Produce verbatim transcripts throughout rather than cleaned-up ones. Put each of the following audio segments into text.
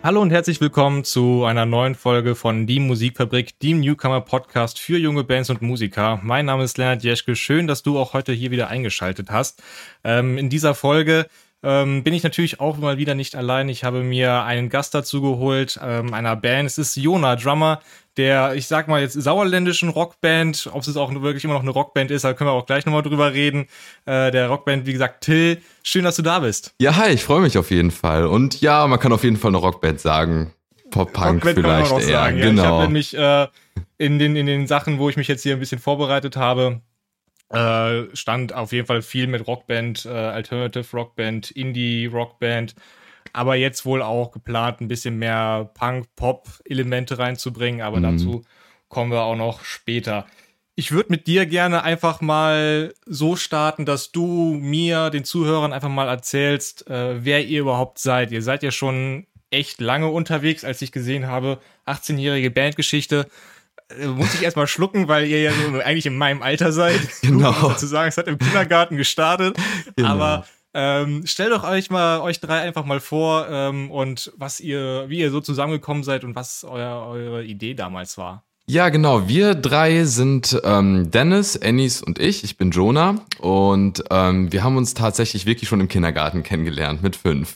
Hallo und herzlich willkommen zu einer neuen Folge von Die Musikfabrik, dem Newcomer-Podcast für junge Bands und Musiker. Mein Name ist Lennart Jeschke. Schön, dass du auch heute hier wieder eingeschaltet hast. Ähm, in dieser Folge ähm, bin ich natürlich auch mal wieder nicht allein. Ich habe mir einen Gast dazu geholt, ähm, einer Band. Es ist Jona, Drummer der, ich sag mal jetzt, sauerländischen Rockband. Ob es auch wirklich immer noch eine Rockband ist, da können wir auch gleich nochmal drüber reden. Äh, der Rockband, wie gesagt, Till. Schön, dass du da bist. Ja, hi, ich freue mich auf jeden Fall. Und ja, man kann auf jeden Fall eine Rockband sagen. Pop-Punk vielleicht kann man auch eher, sagen. Ja, genau. ich habe nämlich äh, in, den, in den Sachen, wo ich mich jetzt hier ein bisschen vorbereitet habe, äh, stand auf jeden Fall viel mit Rockband, äh, Alternative Rockband, Indie Rockband, aber jetzt wohl auch geplant, ein bisschen mehr Punk-Pop-Elemente reinzubringen, aber mhm. dazu kommen wir auch noch später. Ich würde mit dir gerne einfach mal so starten, dass du mir, den Zuhörern, einfach mal erzählst, äh, wer ihr überhaupt seid. Ihr seid ja schon echt lange unterwegs, als ich gesehen habe, achtzehnjährige Bandgeschichte. Äh, muss ich erstmal schlucken, weil ihr ja so eigentlich in meinem Alter seid. Genau. Um sozusagen, es hat im Kindergarten gestartet. Genau. Aber ähm, stellt doch euch mal, euch drei einfach mal vor ähm, und was ihr, wie ihr so zusammengekommen seid und was euer, eure Idee damals war. Ja, genau. Wir drei sind ähm, Dennis, Ennis und ich. Ich bin Jona und ähm, wir haben uns tatsächlich wirklich schon im Kindergarten kennengelernt mit fünf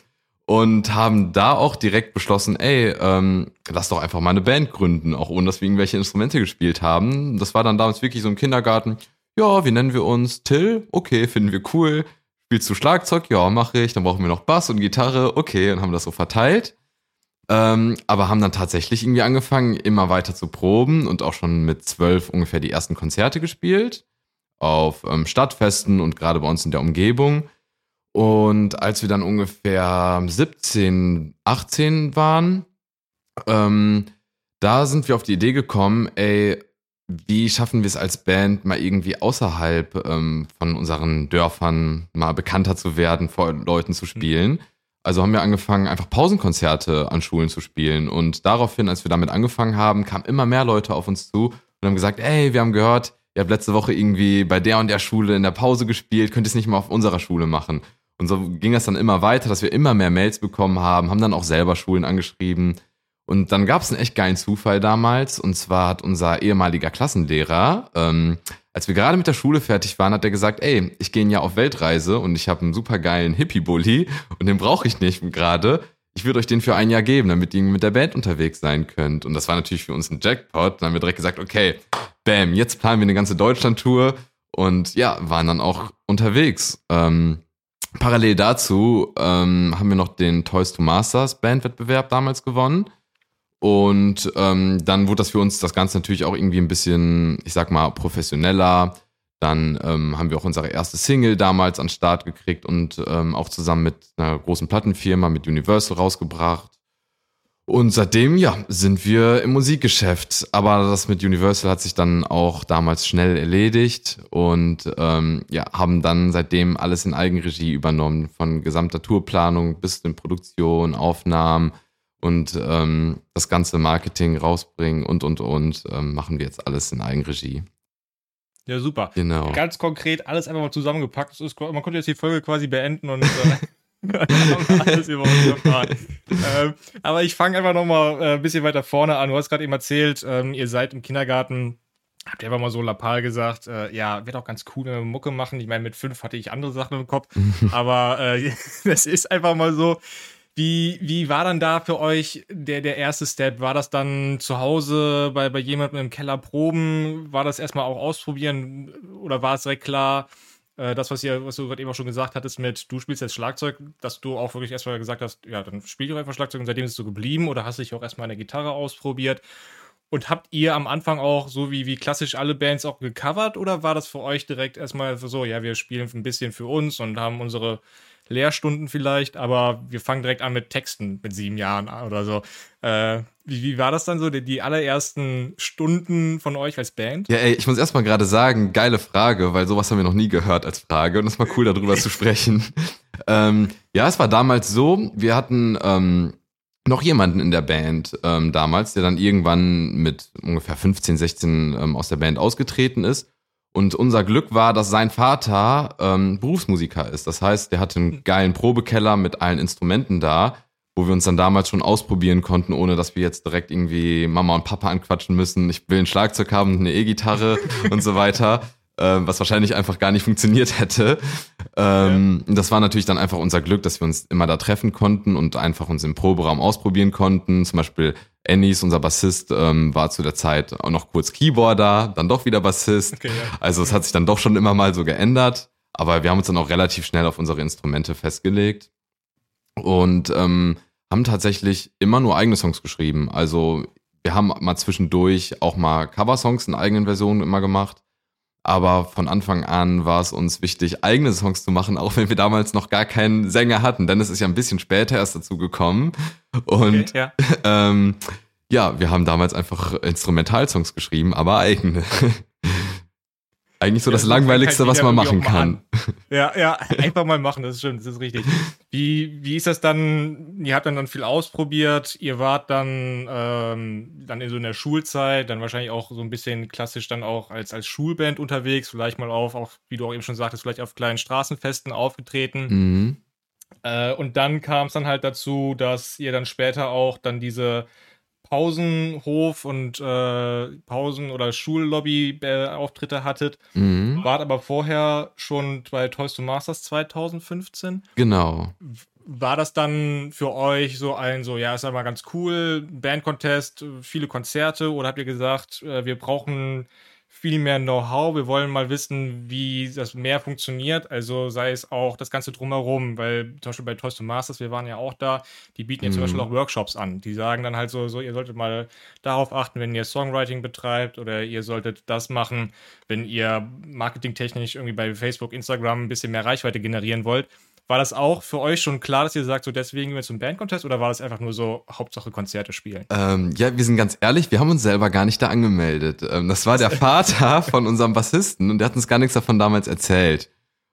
und haben da auch direkt beschlossen, ey, ähm, lass doch einfach mal eine Band gründen, auch ohne dass wir irgendwelche Instrumente gespielt haben. Das war dann damals wirklich so im Kindergarten. Ja, wie nennen wir uns? Till? Okay, finden wir cool. Spielst du Schlagzeug? Ja, mache ich. Dann brauchen wir noch Bass und Gitarre. Okay, und haben das so verteilt. Ähm, aber haben dann tatsächlich irgendwie angefangen, immer weiter zu proben und auch schon mit zwölf ungefähr die ersten Konzerte gespielt. Auf ähm, Stadtfesten und gerade bei uns in der Umgebung. Und als wir dann ungefähr siebzehn, achtzehn waren, ähm, da sind wir auf die Idee gekommen, ey, wie schaffen wir es als Band mal irgendwie außerhalb ähm, von unseren Dörfern mal bekannter zu werden, vor Leuten zu spielen. Also haben wir angefangen, einfach Pausenkonzerte an Schulen zu spielen. Und daraufhin, als wir damit angefangen haben, kamen immer mehr Leute auf uns zu und haben gesagt, ey, wir haben gehört, ihr habt letzte Woche irgendwie bei der und der Schule in der Pause gespielt, könnt ihr es nicht mal auf unserer Schule machen? Und so ging das dann immer weiter, dass wir immer mehr Mails bekommen haben, haben dann auch selber Schulen angeschrieben. Und dann gab es einen echt geilen Zufall damals. Und zwar hat unser ehemaliger Klassenlehrer, ähm, als wir gerade mit der Schule fertig waren, hat er gesagt, ey, ich gehe ein Jahr auf Weltreise und ich habe einen super geilen Hippie-Bulli und den brauche ich nicht gerade. Ich würde euch den für ein Jahr geben, damit ihr mit der Band unterwegs sein könnt. Und das war natürlich für uns ein Jackpot. Dann haben wir direkt gesagt, okay, bam, jetzt planen wir eine ganze Deutschland-Tour. Und ja, waren dann auch unterwegs. Ähm, parallel dazu ähm, haben wir noch den Toys to Masters Bandwettbewerb damals gewonnen. Und ähm, dann wurde das für uns das Ganze natürlich auch irgendwie ein bisschen, ich sag mal, professioneller. Dann ähm, haben wir auch unsere erste Single damals an den Start gekriegt und ähm, auch zusammen mit einer großen Plattenfirma, mit Universal rausgebracht. Und seitdem, ja, sind wir im Musikgeschäft. Aber das mit Universal hat sich dann auch damals schnell erledigt und ähm, ja, haben dann seitdem alles in Eigenregie übernommen. Von gesamter Tourplanung bis in Produktion, Aufnahmen. Und ähm, das ganze Marketing rausbringen und, und, und ähm, machen wir jetzt alles in Eigenregie. Ja, super. Genau. Ganz konkret alles einfach mal zusammengepackt. Das ist, man konnte jetzt die Folge quasi beenden und äh, alles über uns erfahren. ähm, aber ich fange einfach nochmal äh, ein bisschen weiter vorne an. Du hast gerade eben erzählt, ähm, ihr seid im Kindergarten, habt ihr einfach mal so lapal gesagt, äh, ja, wäre doch ganz cool, wenn wir Mucke machen. Ich meine, mit fünf hatte ich andere Sachen im Kopf, aber äh, das ist einfach mal so. Wie, wie war dann da für euch der, der erste Step? War das dann zu Hause bei, bei jemandem im Keller proben? War das erstmal auch ausprobieren? Oder war es direkt klar, äh, das, was, ihr, was du gerade eben auch schon gesagt hattest mit, du spielst jetzt Schlagzeug, dass du auch wirklich erstmal gesagt hast, ja, dann spiel ich auch einfach Schlagzeug und seitdem ist es so geblieben? Oder hast du dich auch erstmal eine Gitarre ausprobiert? Und habt ihr am Anfang auch, so wie, wie klassisch alle Bands, auch gecovert? Oder war das für euch direkt erstmal so, ja, wir spielen ein bisschen für uns und haben unsere Lehrstunden vielleicht, aber wir fangen direkt an mit Texten mit sieben Jahren oder so. Äh, wie, wie war das dann so, die, die allerersten Stunden von euch als Band? Ja, ey, ich muss erstmal gerade sagen, geile Frage, weil sowas haben wir noch nie gehört als Frage und es war cool, darüber zu sprechen. Ähm, ja, es war damals so, wir hatten ähm, noch jemanden in der Band ähm, damals, der dann irgendwann mit ungefähr fünfzehn, sechzehn ähm, aus der Band ausgetreten ist. Und unser Glück war, dass sein Vater ähm, Berufsmusiker ist. Das heißt, der hatte einen geilen Probekeller mit allen Instrumenten da. wo wir uns dann damals schon ausprobieren konnten, ohne dass wir jetzt direkt irgendwie Mama und Papa anquatschen müssen. Ich will ein Schlagzeug haben und eine E-Gitarre und so weiter, äh, was wahrscheinlich einfach gar nicht funktioniert hätte. Ähm, ja. Das war natürlich dann einfach unser Glück, dass wir uns immer da treffen konnten und einfach uns im Proberaum ausprobieren konnten. Zum Beispiel Ennis, unser Bassist, ähm, war zu der Zeit auch noch kurz Keyboarder, dann doch wieder Bassist. Okay, ja. Also es hat sich dann doch schon immer mal so geändert. Aber wir haben uns dann auch relativ schnell auf unsere Instrumente festgelegt. Und ähm, haben tatsächlich immer nur eigene Songs geschrieben. Also wir haben mal zwischendurch auch mal Coversongs in eigenen Versionen immer gemacht. Aber von Anfang an war es uns wichtig, eigene Songs zu machen, auch wenn wir damals noch gar keinen Sänger hatten. Denn es ist ja ein bisschen später erst dazu gekommen. Und okay, ja. ähm, ja, wir haben damals einfach Instrumentalsongs geschrieben, aber eigene. Eigentlich so ja, das, das Langweiligste, was man machen kann. Ja, ja, einfach mal machen, das ist schön, das ist richtig. Wie, wie ist das dann, ihr habt dann, dann viel ausprobiert, ihr wart dann, ähm, dann in so einer Schulzeit, dann wahrscheinlich auch so ein bisschen klassisch dann auch als, als Schulband unterwegs, vielleicht mal auf, auch, wie du auch eben schon sagtest, vielleicht auf kleinen Straßenfesten aufgetreten. Mhm. Äh, und dann kam es dann halt dazu, dass ihr dann später auch dann diese Pausenhof und äh, Pausen- oder Schullobby-Auftritte hattet. Mhm. Wart aber vorher schon bei Toys to Masters zwanzig fünfzehn. Genau. War das dann für euch so ein, so, ja, ist ja mal ganz cool, Band-Contest, viele Konzerte, oder habt ihr gesagt, äh, wir brauchen viel mehr Know-how, wir wollen mal wissen, wie das mehr funktioniert, also sei es auch das Ganze drumherum, weil zum Beispiel bei Toys to Masters, wir waren ja auch da, die bieten ja zum Beispiel auch Workshops an, die sagen dann halt so, so, ihr solltet mal darauf achten, wenn ihr Songwriting betreibt, oder ihr solltet das machen, wenn ihr marketingtechnisch irgendwie bei Facebook, Instagram ein bisschen mehr Reichweite generieren wollt. War das auch für euch schon klar, dass ihr sagt, so deswegen gehen wir zum Band-Contest, oder war das einfach nur so Hauptsache Konzerte spielen? Ähm, ja, wir sind ganz ehrlich, wir haben uns selber gar nicht da angemeldet. Ähm, das war der Vater von unserem Bassisten und der hat uns gar nichts davon damals erzählt.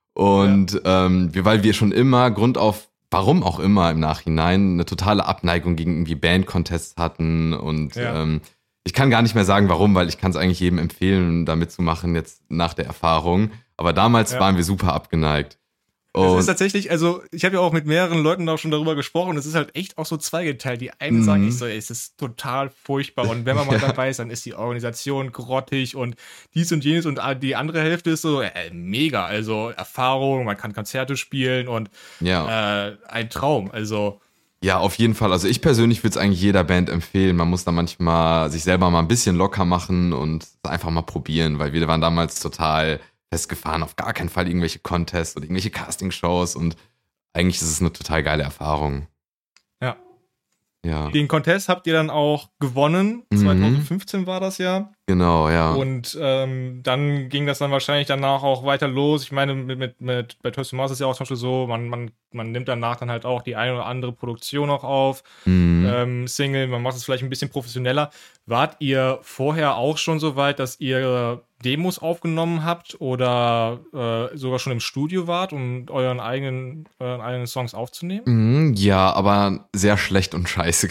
Und ja. ähm, wir, weil wir schon immer, Grund auf, warum auch immer im Nachhinein, eine totale Abneigung gegen irgendwie Band-Contests hatten. Und ja. ähm, ich kann gar nicht mehr sagen, warum, weil ich kann es eigentlich jedem empfehlen, da mitzumachen jetzt nach der Erfahrung. Aber damals ja. waren wir super abgeneigt. Es ist tatsächlich, also ich habe ja auch mit mehreren Leuten auch schon darüber gesprochen, es ist halt echt auch so zweigeteilt. Die einen mm. sagen, ich so, ey, es ist total furchtbar, und wenn man mal ja. dabei ist, dann ist die Organisation grottig und dies und jenes, und die andere Hälfte ist so, äh, mega, also Erfahrung, man kann Konzerte spielen und ja. äh, ein Traum, also. Ja, auf jeden Fall. Also ich persönlich würde es eigentlich jeder Band empfehlen. Man muss da manchmal sich selber mal ein bisschen locker machen und einfach mal probieren, weil wir waren damals total festgefahren, auf gar keinen Fall irgendwelche Contests oder irgendwelche Castingshows, und eigentlich ist es eine total geile Erfahrung. Ja. Ja. Den Contest habt ihr dann auch gewonnen. Mhm. zwanzig fünfzehn war das ja. Genau, ja. Und ähm, dann ging das dann wahrscheinlich danach auch weiter los. Ich meine, mit, mit, mit bei Toys to Masters ist ja auch zum Beispiel so, man, man, man nimmt danach dann halt auch die eine oder andere Produktion auch auf. Mhm. Ähm, Single, man macht es vielleicht ein bisschen professioneller. Wart ihr vorher auch schon so weit, dass ihr Demos aufgenommen habt oder äh, sogar schon im Studio wart, um euren eigenen, euren eigenen Songs aufzunehmen? Mhm, ja, aber sehr schlecht und scheiße.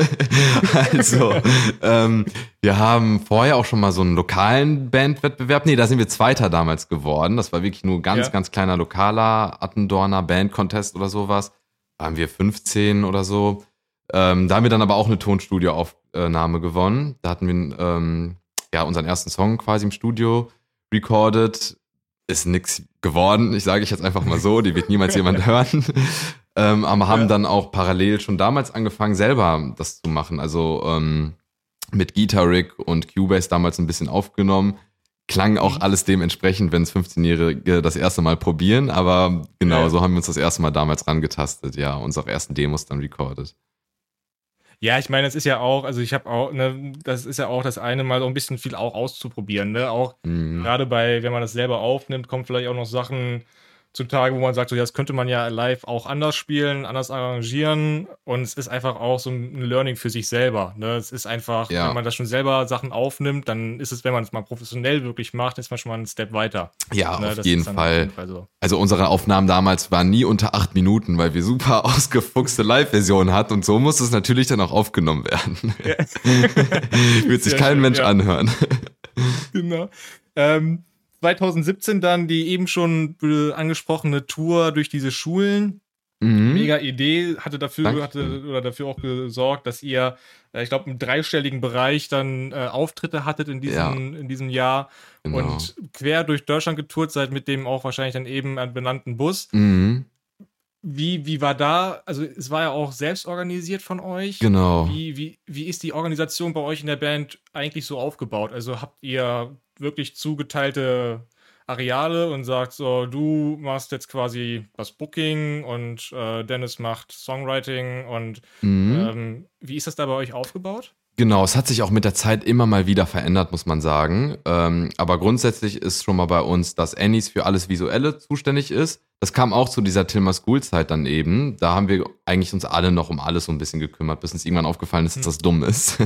Also, ähm, wir haben vorher auch schon mal so einen lokalen Bandwettbewerb, nee, da sind wir Zweiter damals geworden. Das war wirklich nur ganz, ja. ganz kleiner lokaler Attendorner Band-Contest oder sowas. Da waren wir fünfzehn oder so. Ähm, da haben wir dann aber auch eine Tonstudioaufnahme gewonnen. Da hatten wir ähm, ja unseren ersten Song quasi im Studio recorded. Ist nix geworden, ich sage ich jetzt einfach mal so, die wird niemals jemand hören. Ähm, aber haben ja. dann auch parallel schon damals angefangen, selber das zu machen. Also ähm, mit Guitar Rig und Cubase damals ein bisschen aufgenommen. Klang auch alles dementsprechend, wenn es fünfzehnjährige das erste Mal probieren. Aber genau, ja. so haben wir uns das erste Mal damals rangetastet. Ja, unsere ersten Demos dann recorded. Ja, ich meine, es ist ja auch, also ich habe auch, ne, das ist ja auch das eine, mal so ein bisschen viel auch auszuprobieren, ne, auch mhm. gerade bei, wenn man das selber aufnimmt, kommen vielleicht auch noch Sachen zutage, wo man sagt, so, ja, das könnte man ja live auch anders spielen, anders arrangieren, und es ist einfach auch so ein Learning für sich selber, ne, es ist einfach, ja. wenn man das schon selber Sachen aufnimmt, dann ist es, wenn man es mal professionell wirklich macht, ist man schon mal einen Step weiter. Ja, ne? auf, jeden Fall. auf jeden Fall so. Also unsere Aufnahmen damals waren nie unter acht Minuten, weil wir super ausgefuchste Live-Versionen hatten, und so muss es natürlich dann auch aufgenommen werden. Ja. Wird sich Sehr kein schön, Mensch ja. anhören. Genau. Ähm, zwanzig siebzehn dann die eben schon angesprochene Tour durch diese Schulen. Mhm. Mega Idee, hatte dafür, Danke. hatte, oder dafür auch gesorgt, dass ihr, äh, ich glaube, im dreistelligen Bereich dann äh, Auftritte hattet in diesem, Ja. in diesem Jahr Genau. und quer durch Deutschland getourt seid mit dem auch wahrscheinlich dann eben benannten Bus. Mhm. Wie, wie war da, also es war ja auch selbst organisiert von euch. Genau. Wie, wie, wie ist die Organisation bei euch in der Band eigentlich so aufgebaut? Also habt ihr wirklich zugeteilte Areale und sagt so, du machst jetzt quasi das Booking und äh, Dennis macht Songwriting und Mhm. ähm, wie ist das da bei euch aufgebaut? Genau, es hat sich auch mit der Zeit immer mal wieder verändert, muss man sagen. Ähm, aber grundsätzlich ist schon mal bei uns, dass Anis für alles Visuelle zuständig ist. Das kam auch zu dieser Tilma School-Zeit dann eben. Da haben wir eigentlich uns alle noch um alles so ein bisschen gekümmert, bis uns irgendwann aufgefallen ist, dass das dumm ist.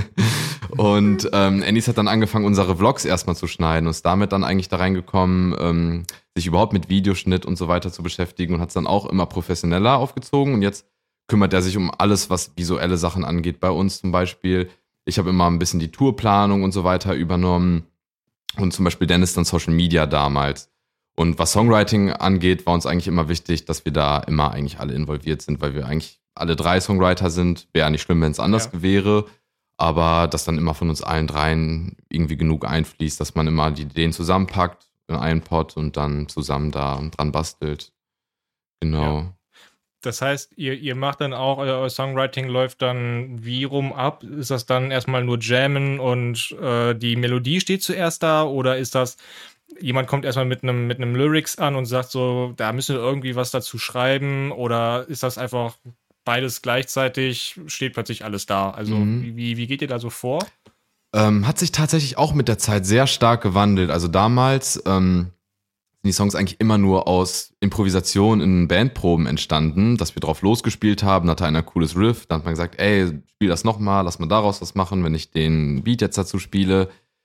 Und ähm, Anis hat dann angefangen, unsere Vlogs erstmal zu schneiden und ist damit dann eigentlich da reingekommen, ähm, sich überhaupt mit Videoschnitt und so weiter zu beschäftigen und hat es dann auch immer professioneller aufgezogen. Und jetzt kümmert er sich um alles, was visuelle Sachen angeht. Bei uns zum Beispiel. Ich habe immer ein bisschen die Tourplanung und so weiter übernommen und zum Beispiel Dennis dann Social Media damals. Und was Songwriting angeht, war uns eigentlich immer wichtig, dass wir da immer eigentlich alle involviert sind, weil wir eigentlich alle drei Songwriter sind. Wäre nicht schlimm, wenn es anders Ja. wäre, aber dass dann immer von uns allen dreien irgendwie genug einfließt, dass man immer die Ideen zusammenpackt in einen Pot und dann zusammen da dran bastelt. Genau. Ja. Das heißt, ihr, ihr macht dann auch, euer Songwriting läuft dann wie rum ab? Ist das dann erstmal nur Jammen und äh, die Melodie steht zuerst da? Oder ist das, jemand kommt erstmal mit einem mit einem Lyrics an und sagt so, da müssen wir irgendwie was dazu schreiben? Oder ist das einfach beides gleichzeitig, steht plötzlich alles da? Also Mhm. wie, wie geht ihr da so vor? Ähm, hat sich tatsächlich auch mit der Zeit sehr stark gewandelt. Also damals ähm, sind die Songs eigentlich immer nur aus Improvisation in Bandproben entstanden, dass wir drauf losgespielt haben, da hatte einer cooles Riff, dann hat man gesagt, ey, spiel das nochmal, lass mal daraus was machen, wenn ich den Beat jetzt dazu spiele.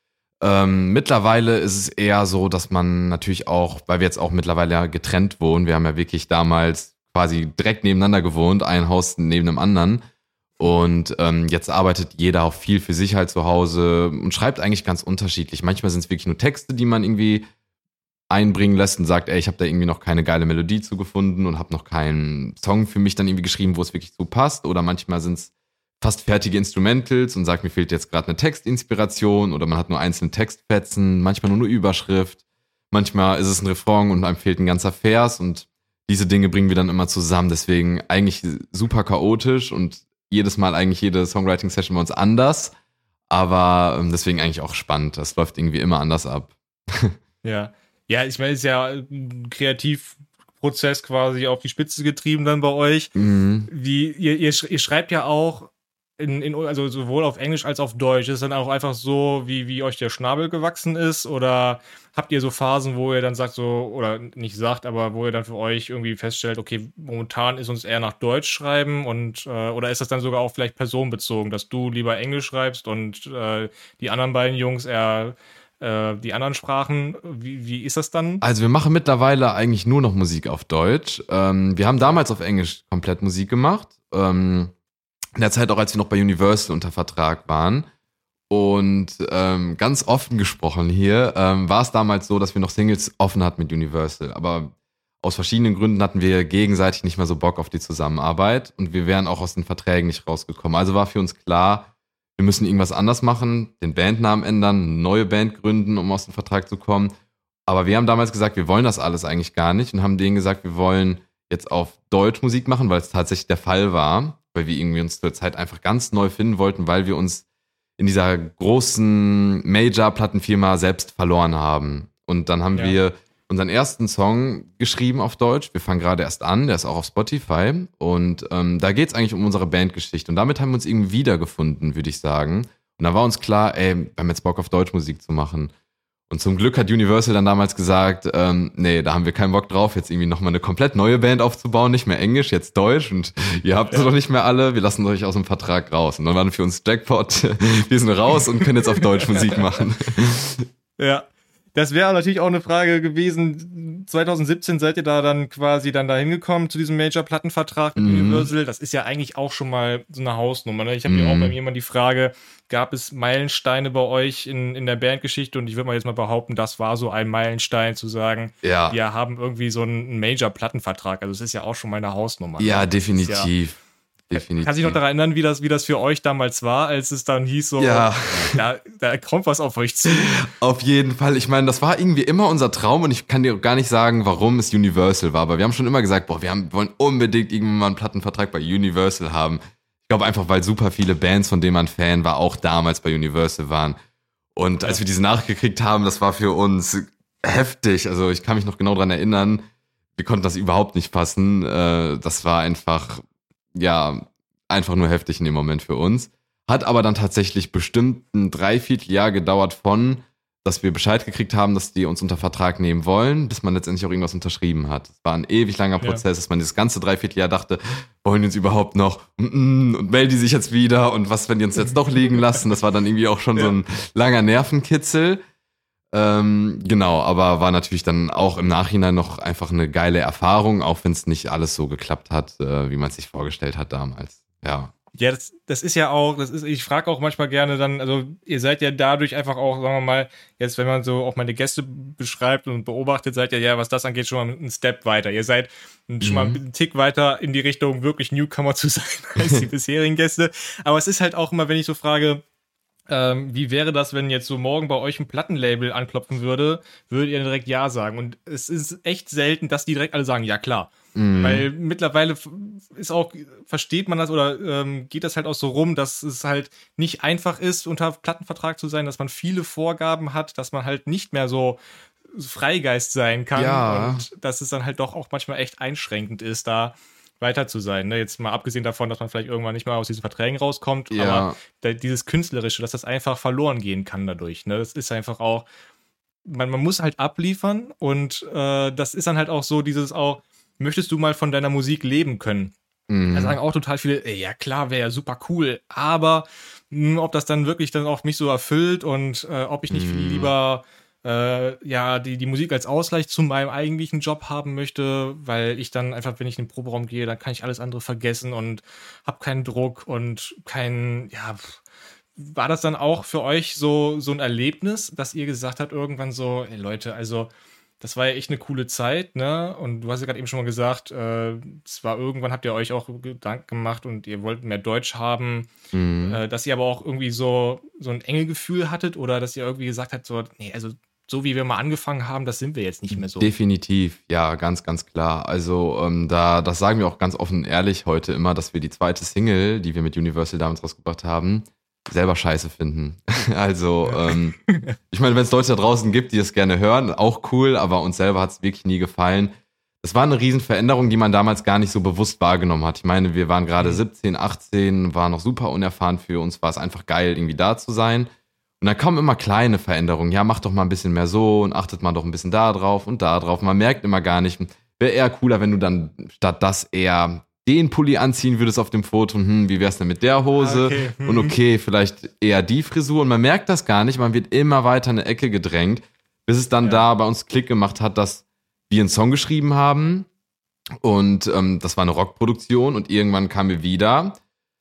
Ähm, mittlerweile ist es eher so, dass man natürlich auch, weil wir jetzt auch mittlerweile ja getrennt wohnen, wir haben ja wirklich damals quasi direkt nebeneinander gewohnt, ein Haus neben dem anderen. Und ähm, jetzt arbeitet jeder auch viel für sich halt zu Hause und schreibt eigentlich ganz unterschiedlich. Manchmal sind es wirklich nur Texte, die man irgendwie einbringen lässt und sagt, ey, ich habe da irgendwie noch keine geile Melodie zu gefunden und habe noch keinen Song für mich dann irgendwie geschrieben, wo es wirklich so passt. Oder manchmal sind es fast fertige Instrumentals und sagt, mir fehlt jetzt gerade eine Textinspiration oder man hat nur einzelne Textfetzen, manchmal nur eine Überschrift. Manchmal ist es ein Refrain und einem fehlt ein ganzer Vers und diese Dinge bringen wir dann immer zusammen. Deswegen eigentlich super chaotisch und jedes Mal eigentlich jede Songwriting-Session bei uns anders. Aber ähm, deswegen eigentlich auch spannend. Das läuft irgendwie immer anders ab. Ja. Ja, ich meine, es ist ja ein Kreativprozess quasi auf die Spitze getrieben dann bei euch. Mhm. Wie, ihr, ihr, sch- ihr schreibt ja auch in, in, also sowohl auf Englisch als auf Deutsch. Ist es dann auch einfach so, wie, wie euch der Schnabel gewachsen ist? Oder habt ihr so Phasen, wo ihr dann sagt so, oder nicht sagt, aber wo ihr dann für euch irgendwie feststellt, okay, momentan ist uns eher nach Deutsch schreiben und äh, oder ist das dann sogar auch vielleicht personenbezogen, dass du lieber Englisch schreibst und äh, die anderen beiden Jungs eher äh, die anderen Sprachen? Wie, wie ist das dann? Also wir machen mittlerweile eigentlich nur noch Musik auf Deutsch. Ähm, wir haben damals auf Englisch komplett Musik gemacht. Ähm, in der Zeit auch, als wir noch bei Universal unter Vertrag waren. Und ähm, ganz offen gesprochen hier, ähm, war es damals so, dass wir noch Singles offen hatten mit Universal. Aber aus verschiedenen Gründen hatten wir gegenseitig nicht mehr so Bock auf die Zusammenarbeit. Und wir wären auch aus den Verträgen nicht rausgekommen. Also war für uns klar, wir müssen irgendwas anders machen, den Bandnamen ändern, eine neue Band gründen, um aus dem Vertrag zu kommen. Aber wir haben damals gesagt, wir wollen das alles eigentlich gar nicht und haben denen gesagt, wir wollen jetzt auf Deutsch Musik machen, weil es tatsächlich der Fall war, weil wir irgendwie uns zur Zeit einfach ganz neu finden wollten, weil wir uns in dieser großen Major-Plattenfirma selbst verloren haben. Und dann haben Ja. wir unseren ersten Song geschrieben auf Deutsch. Wir fangen gerade erst an, der ist auch auf Spotify. Und ähm, da geht es eigentlich um unsere Bandgeschichte. Und damit haben wir uns irgendwie wiedergefunden, würde ich sagen. Und da war uns klar, ey, wir haben jetzt Bock auf Deutschmusik zu machen. Und zum Glück hat Universal dann damals gesagt, ähm, nee, da haben wir keinen Bock drauf, jetzt irgendwie nochmal eine komplett neue Band aufzubauen, nicht mehr Englisch, jetzt Deutsch und ihr habt es Ja. doch nicht mehr alle, wir lassen euch aus dem Vertrag raus. Und dann waren für uns Jackpot, wir sind raus und können jetzt auf Deutsch Musik machen. Ja. das wäre natürlich auch eine Frage gewesen. zwanzig siebzehn seid ihr da dann quasi dann da hingekommen zu diesem Major-Plattenvertrag mit Mhm. Universal. Das ist ja eigentlich auch schon mal so eine Hausnummer. Ne? Ich habe Mhm. ja auch bei mir immer die Frage, gab es Meilensteine bei euch in, in der Bandgeschichte? Und ich würde mal jetzt mal behaupten, das war so ein Meilenstein, zu sagen, Ja. wir haben irgendwie so einen Major-Plattenvertrag. Also es ist ja auch schon mal eine Hausnummer. Ne? Ja, Das ist ja- definitiv. definitiv. Kann sich noch daran erinnern, wie das, wie das für euch damals war, als es dann hieß, so, Ja. da, da kommt was auf euch zu. Auf jeden Fall. Ich meine, das war irgendwie immer unser Traum und ich kann dir gar nicht sagen, warum es Universal war, aber wir haben schon immer gesagt, boah, wir haben, wollen unbedingt irgendwann mal einen Plattenvertrag bei Universal haben. Ich glaube einfach, weil super viele Bands, von denen man Fan war, auch damals bei Universal waren. Und als wir diese Nachricht gekriegt haben, das war für uns heftig. Also ich kann mich noch genau dran erinnern, wir konnten das überhaupt nicht fassen. Äh, Das war einfach, ja, einfach nur heftig in dem Moment für uns. Hat aber dann tatsächlich bestimmt ein Dreivierteljahr gedauert von, dass wir Bescheid gekriegt haben, dass die uns unter Vertrag nehmen wollen, bis man letztendlich auch irgendwas unterschrieben hat. Es war ein ewig langer Ja. Prozess, dass man dieses ganze Dreivierteljahr dachte, wollen die uns überhaupt noch Mm-mm, und melden die sich jetzt wieder und was, wenn die uns jetzt doch liegen lassen? Das war dann irgendwie auch schon Ja. so ein langer Nervenkitzel. Ähm, genau, aber war natürlich dann auch im Nachhinein noch einfach eine geile Erfahrung, auch wenn es nicht alles so geklappt hat, äh, wie man es sich vorgestellt hat damals. Ja. Ja, das, das ist ja auch, das ist, ich frage auch manchmal gerne dann, also ihr seid ja dadurch einfach auch, sagen wir mal, jetzt wenn man so auch meine Gäste beschreibt und beobachtet, seid ihr ja, was das angeht, schon mal einen Step weiter. Ihr seid schon mal einen Tick weiter in die Richtung, wirklich Newcomer zu sein als die bisherigen Gäste. Aber es ist halt auch immer, wenn ich so frage, ähm, wie wäre das, wenn jetzt so morgen bei euch ein Plattenlabel anklopfen würde, würdet ihr direkt Ja sagen? Und es ist echt selten, dass die direkt alle sagen, ja klar. Mhm. Weil mittlerweile f- ist auch, versteht man das oder ähm, geht das halt auch so rum, dass es halt nicht einfach ist, unter Plattenvertrag zu sein, dass man viele Vorgaben hat, dass man halt nicht mehr so Freigeist sein kann Ja. und dass es dann halt doch auch manchmal echt einschränkend ist, da weiter zu sein. Ne? Jetzt mal abgesehen davon, dass man vielleicht irgendwann nicht mal aus diesen Verträgen rauskommt, Ja. aber da, dieses Künstlerische, dass das einfach verloren gehen kann dadurch. Ne? Das ist einfach auch, man, man muss halt abliefern und äh, das ist dann halt auch so dieses auch, möchtest du mal von deiner Musik leben können? Mhm. Da sagen auch total viele, ey, ja klar, wäre ja super cool, aber mh, ob das dann wirklich dann auch mich so erfüllt und äh, ob ich nicht viel Mhm. lieber äh, ja die, die Musik als Ausgleich zu meinem eigentlichen Job haben möchte, weil ich dann einfach, wenn ich in den Proberaum gehe, dann kann ich alles andere vergessen und habe keinen Druck und keinen, ja, pff. War das dann auch für euch so, so ein Erlebnis, dass ihr gesagt habt irgendwann so, ey Leute, also das war ja echt eine coole Zeit, ne? Und du hast ja gerade eben schon mal gesagt, äh, es war irgendwann habt ihr euch auch Gedanken gemacht und ihr wollt mehr Deutsch haben, Mhm. äh, dass ihr aber auch irgendwie so, so ein enge Gefühl hattet oder dass ihr irgendwie gesagt habt, so, nee, also so wie wir mal angefangen haben, das sind wir jetzt nicht mehr so. Definitiv, ja, ganz, ganz klar. Also ähm, da, das sagen wir auch ganz offen und ehrlich heute immer, dass wir die zweite Single, die wir mit Universal damals rausgebracht haben, selber scheiße finden. Also, ähm, ich meine, wenn es Leute da draußen gibt, die es gerne hören, auch cool, aber uns selber hat es wirklich nie gefallen. Es war eine Riesenveränderung, die man damals gar nicht so bewusst wahrgenommen hat. Ich meine, wir waren gerade Mhm. siebzehn, achtzehn, waren noch super unerfahren. Für uns war es einfach geil, irgendwie da zu sein. Und dann kommen immer kleine Veränderungen. Ja, macht doch mal ein bisschen mehr so und achtet mal doch ein bisschen da drauf und da drauf. Man merkt immer gar nicht, wäre eher cooler, wenn du dann statt das eher den Pulli anziehen würdest auf dem Foto. Hm, wie wär's denn mit der Hose? Ah, okay. Mhm. Und okay, vielleicht eher die Frisur. Und man merkt das gar nicht. Man wird immer weiter in eine Ecke gedrängt, bis es dann Ja. da bei uns Klick gemacht hat, dass wir einen Song geschrieben haben. Und ähm, das war eine Rockproduktion. Und irgendwann kamen wir wieder,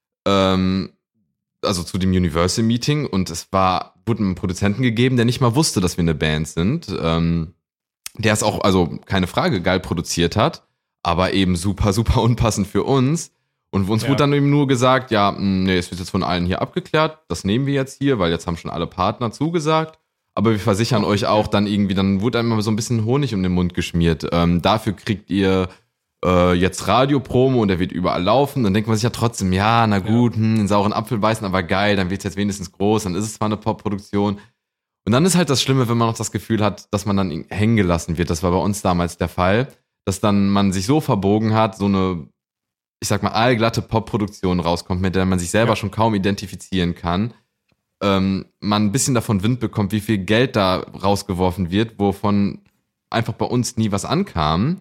ähm, also zu dem Universal-Meeting. Und es war, wurde einen Produzenten gegeben, der nicht mal wusste, dass wir eine Band sind. Ähm, der es auch, also keine Frage, geil produziert hat, aber eben super, super unpassend für uns. Und uns Ja. wurde dann eben nur gesagt, ja, mh, nee, es wird jetzt von allen hier abgeklärt, das nehmen wir jetzt hier, weil jetzt haben schon alle Partner zugesagt. Aber wir versichern Oh, euch okay. auch dann irgendwie, dann wurde einem so ein bisschen Honig um den Mund geschmiert. Ähm, dafür kriegt ihr äh, jetzt Radiopromo und der wird überall laufen. Dann denkt man sich ja trotzdem, ja, na gut, hm, einen sauren Apfel beißen, aber geil, dann wird es jetzt wenigstens groß, dann ist es zwar eine Popproduktion. Und dann ist halt das Schlimme, wenn man noch das Gefühl hat, dass man dann hängen gelassen wird. Das war bei uns damals der Fall, dass dann man sich so verbogen hat, so eine, ich sag mal, allglatte Popproduktion rauskommt, mit der man sich selber Ja. schon kaum identifizieren kann. Ähm, man ein bisschen davon Wind bekommt, wie viel Geld da rausgeworfen wird, wovon einfach bei uns nie was ankam.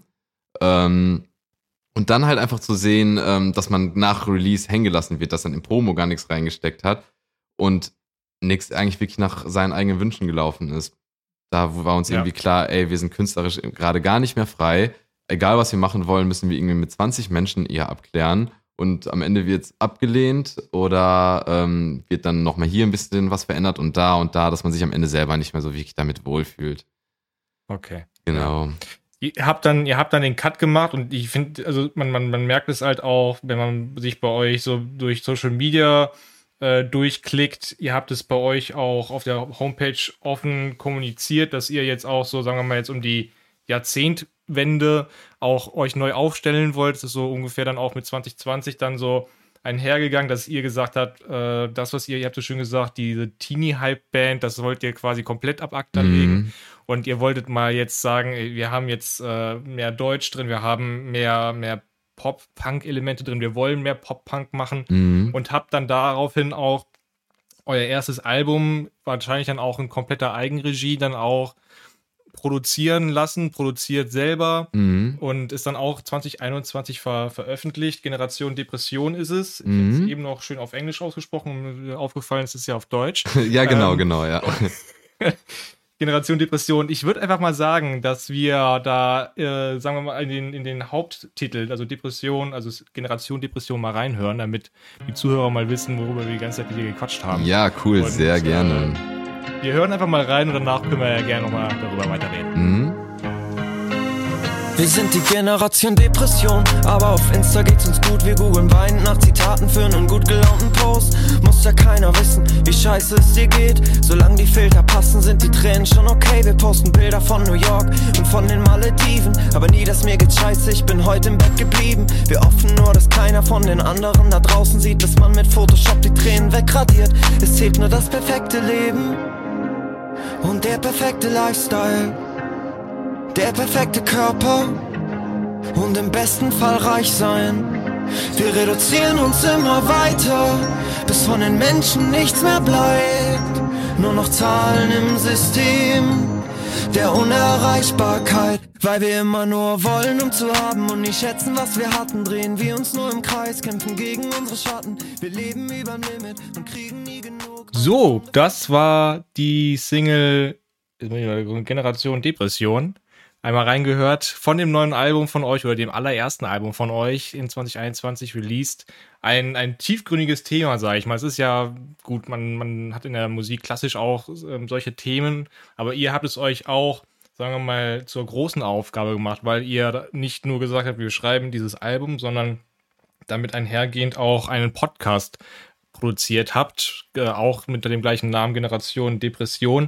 Ähm, und dann halt einfach zu sehen, ähm, dass man nach Release hängen gelassen wird, dass dann im Promo gar nichts reingesteckt hat und nichts eigentlich wirklich nach seinen eigenen Wünschen gelaufen ist. Da war uns Ja. irgendwie klar, ey, wir sind künstlerisch gerade gar nicht mehr frei. Egal, was wir machen wollen, müssen wir irgendwie mit zwanzig Menschen eher abklären. Und am Ende wird es abgelehnt oder ähm, wird dann nochmal hier ein bisschen was verändert und da und da, dass man sich am Ende selber nicht mehr so wirklich damit wohlfühlt. Okay. Genau. Ihr habt dann, ihr habt dann den Cut gemacht und ich finde, also man, man, man merkt es halt auch, wenn man sich bei euch so durch Social Media äh, durchklickt. Ihr habt es bei euch auch auf der Homepage offen kommuniziert, dass ihr jetzt auch so, sagen wir mal, jetzt um die Jahrzehntwende auch euch neu aufstellen wollt. Das ist so ungefähr dann auch mit zwanzig zwanzig dann so einhergegangen, dass ihr gesagt habt, äh, das, was ihr, ihr habt so schön gesagt, diese Teenie-Hype-Band, das wollt ihr quasi komplett ab Acta Mhm. legen. Und ihr wolltet mal jetzt sagen, ey, wir haben jetzt äh, mehr Deutsch drin, wir haben mehr, mehr Pop-Punk-Elemente drin, wir wollen mehr Pop-Punk machen. Mhm. Und habt dann daraufhin auch euer erstes Album, wahrscheinlich dann auch in kompletter Eigenregie, dann auch produzieren lassen, produziert selber Mhm. und ist dann auch zwanzig einundzwanzig ver veröffentlicht. Generation Depression ist es. Ich Mhm. habe es eben noch schön auf Englisch ausgesprochen. Mir aufgefallen ist es ja auf Deutsch. Ja, genau, Ähm, genau, ja. Generation Depression. Ich würde einfach mal sagen, dass wir da, äh, sagen wir mal, in den, in den Haupttitel, also Depression, also Generation Depression mal reinhören, damit die Zuhörer mal wissen, worüber wir die ganze Zeit hier gequatscht haben. Ja, cool, Und, sehr äh, gerne. Wir hören einfach mal rein und danach können wir ja gerne nochmal darüber weiterreden. Mhm. Wir sind die Generation Depression, aber auf Insta geht's uns gut. Wir googeln weinend nach Zitaten für einen gut gelaunten Post. Muss ja keiner wissen, wie scheiße es dir geht. Solange die Filter passen, sind die Tränen schon okay. Wir posten Bilder von New York und von den Malediven, aber nie, dass mir geht's scheiße, ich bin heute im Bett geblieben. Wir hoffen nur, dass keiner von den anderen da draußen sieht, dass man mit Photoshop die Tränen wegradiert. Es zählt nur das perfekte Leben und der perfekte Lifestyle. Der perfekte Körper und im besten Fall reich sein. Wir reduzieren uns immer weiter, bis von den Menschen nichts mehr bleibt. Nur noch Zahlen im System der Unerreichbarkeit. Weil wir immer nur wollen, um zu haben und nicht schätzen, was wir hatten. Drehen wir uns nur im Kreis, kämpfen gegen unsere Schatten. Wir leben überm Limit und kriegen nie genug. So, das war die Single Generation Depression. Einmal reingehört von dem neuen Album von euch oder dem allerersten Album von euch in zwanzig einundzwanzig released. Ein, ein tiefgründiges Thema, sage ich mal. Es ist ja gut, man, man hat in der Musik klassisch auch ähm, solche Themen, aber ihr habt es euch auch, sagen wir mal, zur großen Aufgabe gemacht, weil ihr nicht nur gesagt habt, wir schreiben dieses Album, sondern damit einhergehend auch einen Podcast produziert habt, äh, auch mit dem gleichen Namen Generation Depression.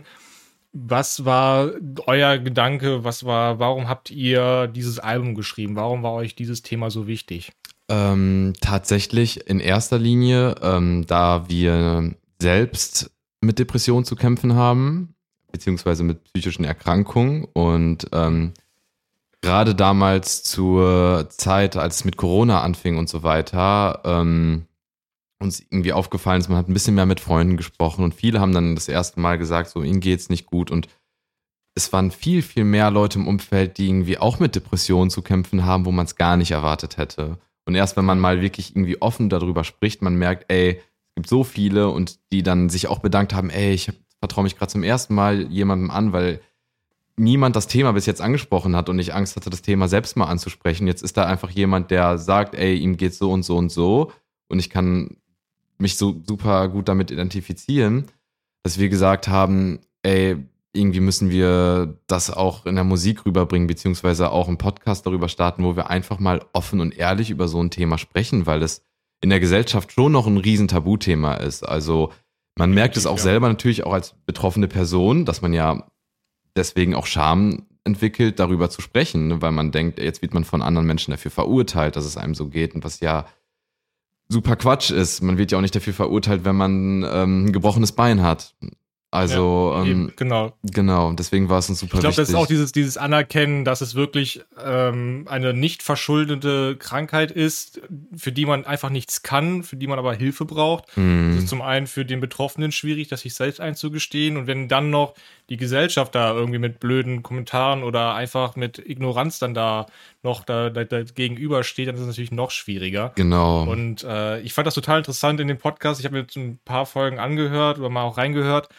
Was war euer Gedanke? Was war, warum habt ihr dieses Album geschrieben? Warum war euch dieses Thema so wichtig? Ähm, tatsächlich in erster Linie, ähm, da wir selbst mit Depressionen zu kämpfen haben, beziehungsweise mit psychischen Erkrankungen und ähm, gerade damals zur Zeit, als es mit Corona anfing und so weiter, ähm, uns irgendwie aufgefallen ist, man hat ein bisschen mehr mit Freunden gesprochen und viele haben dann das erste Mal gesagt, so ihnen geht's nicht gut und es waren viel, viel mehr Leute im Umfeld, die irgendwie auch mit Depressionen zu kämpfen haben, wo man es gar nicht erwartet hätte. Und erst wenn man mal wirklich irgendwie offen darüber spricht, man merkt, ey, es gibt so viele und die dann sich auch bedankt haben, ey, ich vertraue mich gerade zum ersten Mal jemandem an, weil niemand das Thema bis jetzt angesprochen hat und ich Angst hatte, das Thema selbst mal anzusprechen. Jetzt ist da einfach jemand, der sagt, ey, ihm geht's so und so und so und ich kann mich so super gut damit identifizieren, dass wir gesagt haben, ey, irgendwie müssen wir das auch in der Musik rüberbringen, beziehungsweise auch einen Podcast darüber starten, wo wir einfach mal offen und ehrlich über so ein Thema sprechen, weil es in der Gesellschaft schon noch ein riesen Tabuthema ist. Also man merkt es auch ja. selber natürlich auch als betroffene Person, dass man ja deswegen auch Scham entwickelt, darüber zu sprechen, ne? Weil man denkt, jetzt wird man von anderen Menschen dafür verurteilt, dass es einem so geht und was ja super Quatsch ist. Man wird ja auch nicht dafür verurteilt, wenn man ähm, ein gebrochenes Bein hat. Also, Ja, ähm, eben, genau. genau, deswegen war es uns super Ich glaube, wichtig. das ist auch dieses, dieses Anerkennen, dass es wirklich ähm, eine nicht verschuldete Krankheit ist, für die man einfach nichts kann, für die man aber Hilfe braucht. Mhm. Das ist zum einen für den Betroffenen schwierig, das sich selbst einzugestehen. Und wenn dann noch die Gesellschaft da irgendwie mit blöden Kommentaren oder einfach mit Ignoranz dann da noch da, da, da gegenübersteht, dann ist es natürlich noch schwieriger. Genau. Und äh, ich fand das total interessant in dem Podcast. Ich habe mir jetzt ein paar Folgen angehört oder mal auch reingehört.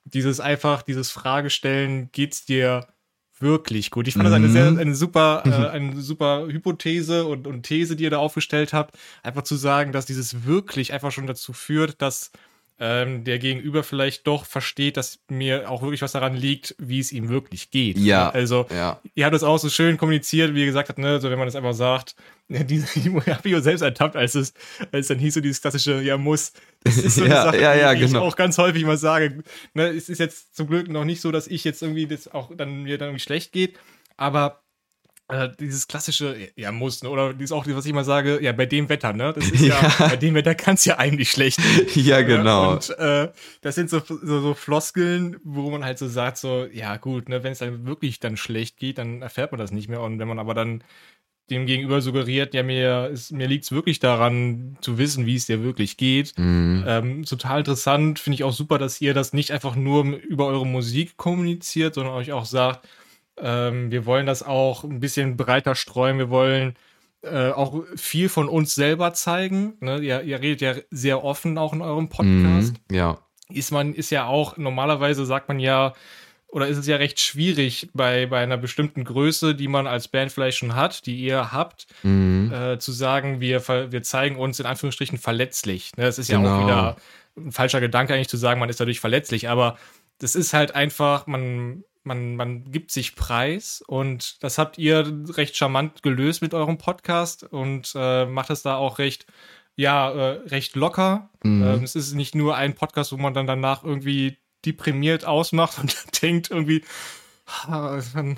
dieses einfach, dieses Fragestellen, geht's dir wirklich gut? Ich fand das eine sehr, eine super, äh, eine super Hypothese und, und These, die ihr da aufgestellt habt. Einfach zu sagen, dass dieses wirklich einfach schon dazu führt, dass ähm, der Gegenüber vielleicht doch versteht, dass mir auch wirklich was daran liegt, wie es ihm wirklich geht. Ja. Also, ja. ihr habt es auch so schön kommuniziert, wie ihr gesagt habt, ne, so wenn man das einfach sagt, die, die habe ich auch selbst ertappt, als es, als dann hieß so dieses klassische, ja, muss. Das ist so eine ja, Sache, ja, ja, die ich genau. auch ganz häufig mal sage. Ne, es ist jetzt zum Glück noch nicht so, dass ich jetzt irgendwie das auch dann mir dann irgendwie schlecht geht, aber äh, dieses klassische, ja, muss, ne, oder dieses auch, was ich mal sage, ja, bei dem Wetter, ne, das ist ja, Ja. bei dem Wetter kann es ja eigentlich schlecht gehen. Ja, genau. Und äh, das sind so, so, so Floskeln, wo man halt so sagt, so, ja gut, ne, wenn es dann wirklich dann schlecht geht, dann erfährt man das nicht mehr. Und wenn man aber dann dem Gegenüber suggeriert, ja, mir, ist, mir liegt es wirklich daran, zu wissen, wie es dir wirklich geht. Mhm. Ähm, total interessant, finde ich auch super, dass ihr das nicht einfach nur über eure Musik kommuniziert, sondern euch auch sagt, ähm, wir wollen das auch ein bisschen breiter streuen, wir wollen äh, auch viel von uns selber zeigen. Ne? Ihr, ihr redet ja sehr offen auch in eurem Podcast. Mhm. Ja. Ist man, ist ja auch, normalerweise sagt man ja, oder ist es ja recht schwierig bei, bei einer bestimmten Größe, die man als Band vielleicht schon hat, die ihr habt, Mhm. äh, zu sagen, wir, ver- wir zeigen uns in Anführungsstrichen verletzlich. Ne, das ist ja Genau. auch wieder ein falscher Gedanke eigentlich zu sagen, man ist dadurch verletzlich, aber das ist halt einfach, man, man, man gibt sich preis und das habt ihr recht charmant gelöst mit eurem Podcast und äh, macht es da auch recht, ja, äh, recht locker. Mhm. Ähm, es ist nicht nur ein Podcast, wo man dann danach irgendwie deprimiert ausmacht und denkt irgendwie, ah,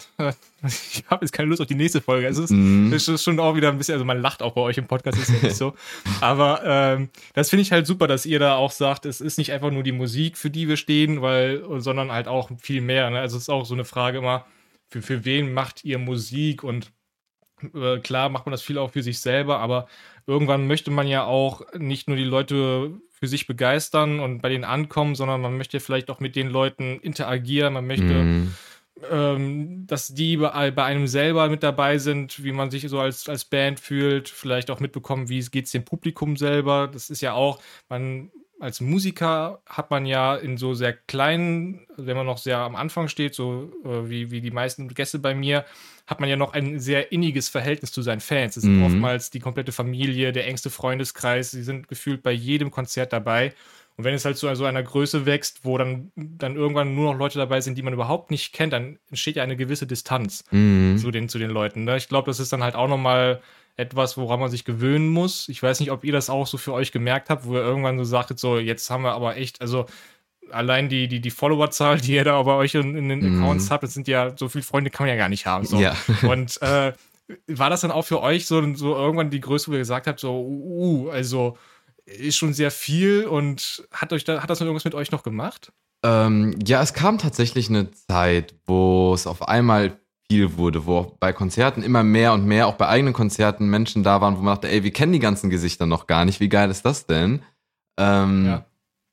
ich habe jetzt keine Lust auf die nächste Folge. Es ist, Mhm. es ist schon auch wieder ein bisschen, also man lacht auch bei euch im Podcast, ist ja nicht so. Aber ähm, das finde ich halt super, dass ihr da auch sagt, es ist nicht einfach nur die Musik, für die wir stehen, weil, sondern halt auch viel mehr. Ne? Also es ist auch so eine Frage immer, für, für wen macht ihr Musik? Und äh, klar macht man das viel auch für sich selber, aber irgendwann möchte man ja auch nicht nur die Leute für sich begeistern und bei denen ankommen, sondern man möchte vielleicht auch mit den Leuten interagieren, man möchte, Mhm. ähm, dass die bei, bei einem selber mit dabei sind, wie man sich so als, als Band fühlt, vielleicht auch mitbekommen, wie geht es dem Publikum selber. Das ist ja auch, man als Musiker hat man ja in so sehr kleinen, wenn man noch sehr am Anfang steht, so äh, wie, wie die meisten Gäste bei mir, hat man ja noch ein sehr inniges Verhältnis zu seinen Fans. Es sind Mhm. oftmals die komplette Familie, der engste Freundeskreis, sie sind gefühlt bei jedem Konzert dabei. Und wenn es halt zu so einer Größe wächst, wo dann, dann irgendwann nur noch Leute dabei sind, die man überhaupt nicht kennt, dann entsteht ja eine gewisse Distanz Mhm. zu den, zu den Leuten. Ne? Ich glaube, das ist dann halt auch nochmal etwas, woran man sich gewöhnen muss. Ich weiß nicht, ob ihr das auch so für euch gemerkt habt, wo ihr irgendwann so sagtet, so, jetzt haben wir aber echt, also allein die, die, die Followerzahl, die ihr da bei euch in, in den Mhm. Accounts habt, das sind ja, so viele Freunde kann man ja gar nicht haben. So. Ja. Und äh, war das dann auch für euch so, so irgendwann die Größe, wo ihr gesagt habt, so, uh, also ist schon sehr viel und hat euch da, hat das noch irgendwas mit euch noch gemacht? Ähm, ja, es kam tatsächlich eine Zeit, wo es auf einmal viel wurde, wo bei Konzerten immer mehr und mehr, auch bei eigenen Konzerten, Menschen da waren, wo man dachte, ey, wir kennen die ganzen Gesichter noch gar nicht, wie geil ist das denn? Ähm, Ja.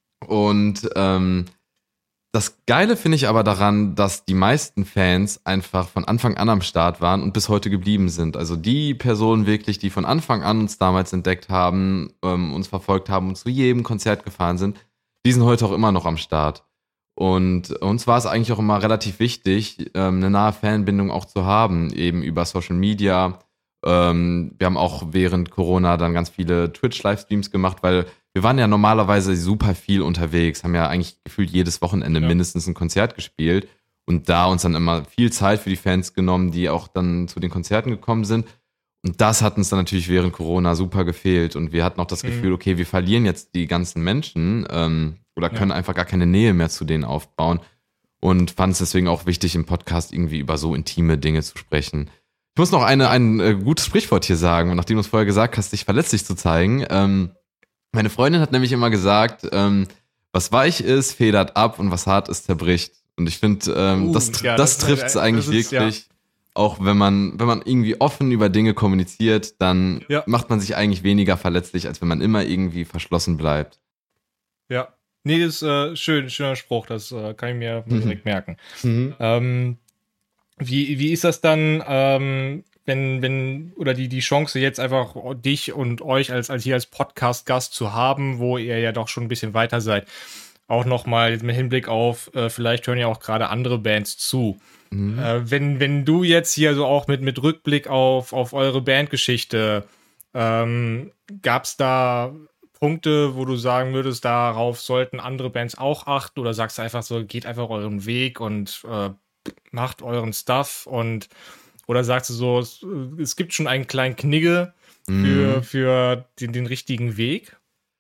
Und ähm, das Geile finde ich aber daran, dass die meisten Fans einfach von Anfang an am Start waren und bis heute geblieben sind. Also die Personen wirklich, die von Anfang an uns damals entdeckt haben, ähm, uns verfolgt haben und zu jedem Konzert gefahren sind, die sind heute auch immer noch am Start. Und uns war es eigentlich auch immer relativ wichtig, ähm, eine nahe Fanbindung auch zu haben, eben über Social Media. Ähm, wir haben auch während Corona dann ganz viele Twitch-Livestreams gemacht, weil wir waren ja normalerweise super viel unterwegs, haben ja eigentlich gefühlt jedes Wochenende Ja. mindestens ein Konzert gespielt und da uns dann immer viel Zeit für die Fans genommen, die auch dann zu den Konzerten gekommen sind. Und das hat uns dann natürlich während Corona super gefehlt und wir hatten auch das Mhm. Gefühl, okay, wir verlieren jetzt die ganzen Menschen ähm, oder Ja. können einfach gar keine Nähe mehr zu denen aufbauen und fand es deswegen auch wichtig, im Podcast irgendwie über so intime Dinge zu sprechen. Ich muss noch eine, ein äh, gutes Sprichwort hier sagen, nachdem du es vorher gesagt hast, dich verletzlich zu zeigen. Ähm, meine Freundin hat nämlich immer gesagt, ähm, was weich ist, federt ab und was hart ist, zerbricht. Und ich finde, ähm, Uh, das, ja, das, das- trifft es das eigentlich ist, ja. wirklich. Auch wenn man, wenn man irgendwie offen über Dinge kommuniziert, dann Ja. macht man sich eigentlich weniger verletzlich, als wenn man immer irgendwie verschlossen bleibt. Ja. Nee, das ist äh, schön, schöner Spruch, das äh, kann ich mir direkt merken. Ähm, wie, wie ist das dann, ähm, wenn, wenn, oder die, die Chance jetzt einfach dich und euch als, als hier als Podcast-Gast zu haben, wo ihr ja doch schon ein bisschen weiter seid? auch nochmal mit Hinblick auf, äh, vielleicht hören ja auch gerade andere Bands zu. Mhm. Äh, wenn, wenn du jetzt hier so auch mit, mit Rückblick auf, auf eure Bandgeschichte, ähm, gab es da Punkte, wo du sagen würdest, darauf sollten andere Bands auch achten, oder sagst du einfach so, geht einfach euren Weg und äh, macht euren Stuff, und oder sagst du so, es, es gibt schon einen kleinen Knigge für, mhm. für den, den richtigen Weg?